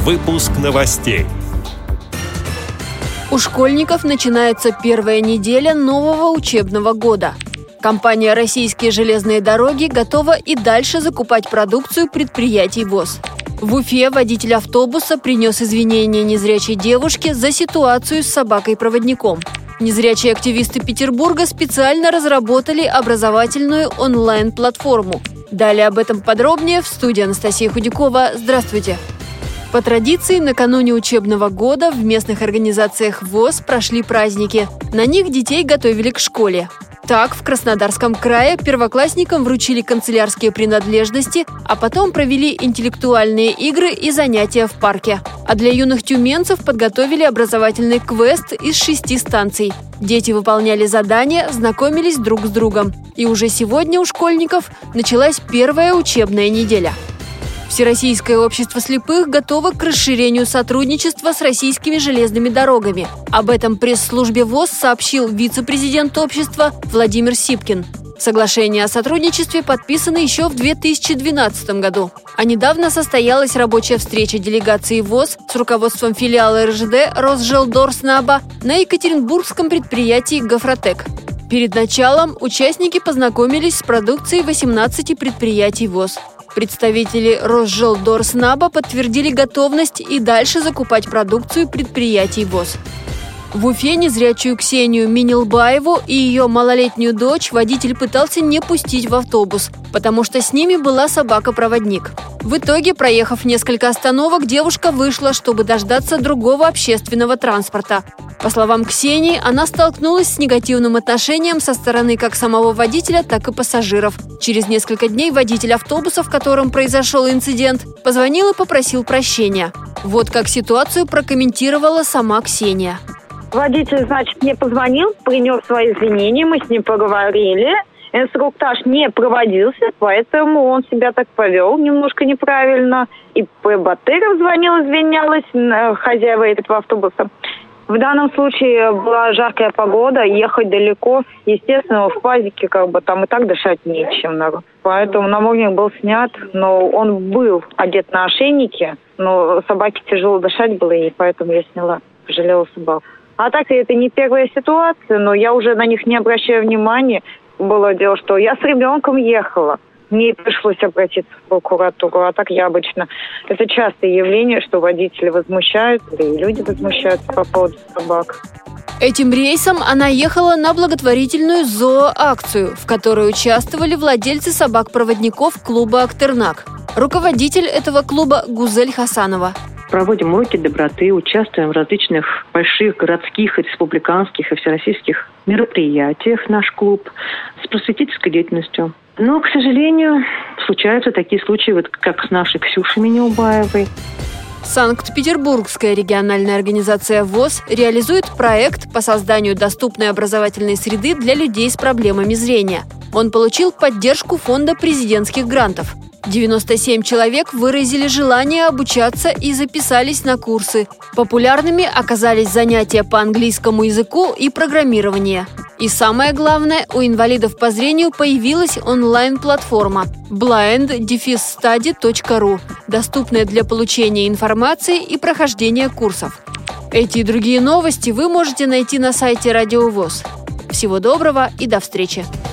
Выпуск новостей. У школьников начинается первая неделя нового учебного года. Компания «Российские железные дороги» готова и дальше закупать продукцию предприятий ВОЗ. В Уфе водитель автобуса принес извинения незрячей девушке за ситуацию с собакой-проводником. Незрячие активисты Петербурга специально разработали образовательную онлайн-платформу. Далее об этом подробнее в студии Анастасия Худякова. Здравствуйте! По традиции, накануне учебного года в местных организациях ВОЗ прошли праздники. На них детей готовили к школе. Так, в Краснодарском крае первоклассникам вручили канцелярские принадлежности, а потом провели интеллектуальные игры и занятия в парке. А для юных тюменцев подготовили образовательный квест из 6 станций. Дети выполняли задания, знакомились друг с другом. И уже сегодня у школьников началась первая учебная неделя. Всероссийское общество слепых готово к расширению сотрудничества с российскими железными дорогами. Об этом пресс-службе ВОЗ сообщил вице-президент общества Владимир Сипкин. Соглашение о сотрудничестве подписано еще в 2012 году. А недавно состоялась рабочая встреча делегации ВОЗ с руководством филиала РЖД Росжелдорснаба на екатеринбургском предприятии «Гофротек». Перед началом участники познакомились с продукцией 18 предприятий ВОЗ. Представители Росжелдорснаба подтвердили готовность и дальше закупать продукцию предприятий ВОЗ. В Уфе незрячую Ксению Минилбаеву и ее малолетнюю дочь водитель пытался не пустить в автобус, потому что с ними была собака-проводник. В итоге, проехав несколько остановок, девушка вышла, чтобы дождаться другого общественного транспорта. По словам Ксении, она столкнулась с негативным отношением со стороны как самого водителя, так и пассажиров. Через несколько дней водитель автобуса, в котором произошел инцидент, позвонил и попросил прощения. Вот как ситуацию прокомментировала сама Ксения. Водитель, значит, мне позвонил, принес свои извинения, мы с ним поговорили. Инструктаж не проводился, поэтому он себя так повел немножко неправильно. И Батыров звонил, извинялась, хозяева этого автобуса. В данном случае была жаркая погода, ехать далеко. Естественно, в пазике там и так дышать нечем. Поэтому намордник был снят, но он был одет на ошейнике. Но собаке тяжело дышать было, и поэтому я сняла, пожалела собаку. А так, это не первая ситуация, но я уже на них не обращаю внимания. Было дело, что я с ребенком ехала. Мне пришлось обратиться в прокуратуру. А так я обычно... Это частое явление, что водители возмущаются, да и люди возмущаются по поводу собак. Этим рейсом она ехала на благотворительную зооакцию, в которой участвовали владельцы собак-проводников клуба «Актернак». Руководитель этого клуба Гузель Хасанова. Проводим уроки доброты, участвуем в различных больших городских, республиканских и всероссийских мероприятиях, наш клуб, с просветительской деятельностью. Но, к сожалению, случаются такие случаи, как с нашей Ксюшей Минилбаевой. Санкт-Петербургская региональная организация ВОЗ реализует проект по созданию доступной образовательной среды для людей с проблемами зрения. Он получил поддержку фонда президентских грантов. 97 человек выразили желание обучаться и записались на курсы. Популярными оказались занятия по английскому языку и программирование. И самое главное, у инвалидов по зрению появилась онлайн-платформа blind-study.ru, доступная для получения информации и прохождения курсов. Эти и другие новости вы можете найти на сайте Радио ВОЗ. Всего доброго и до встречи!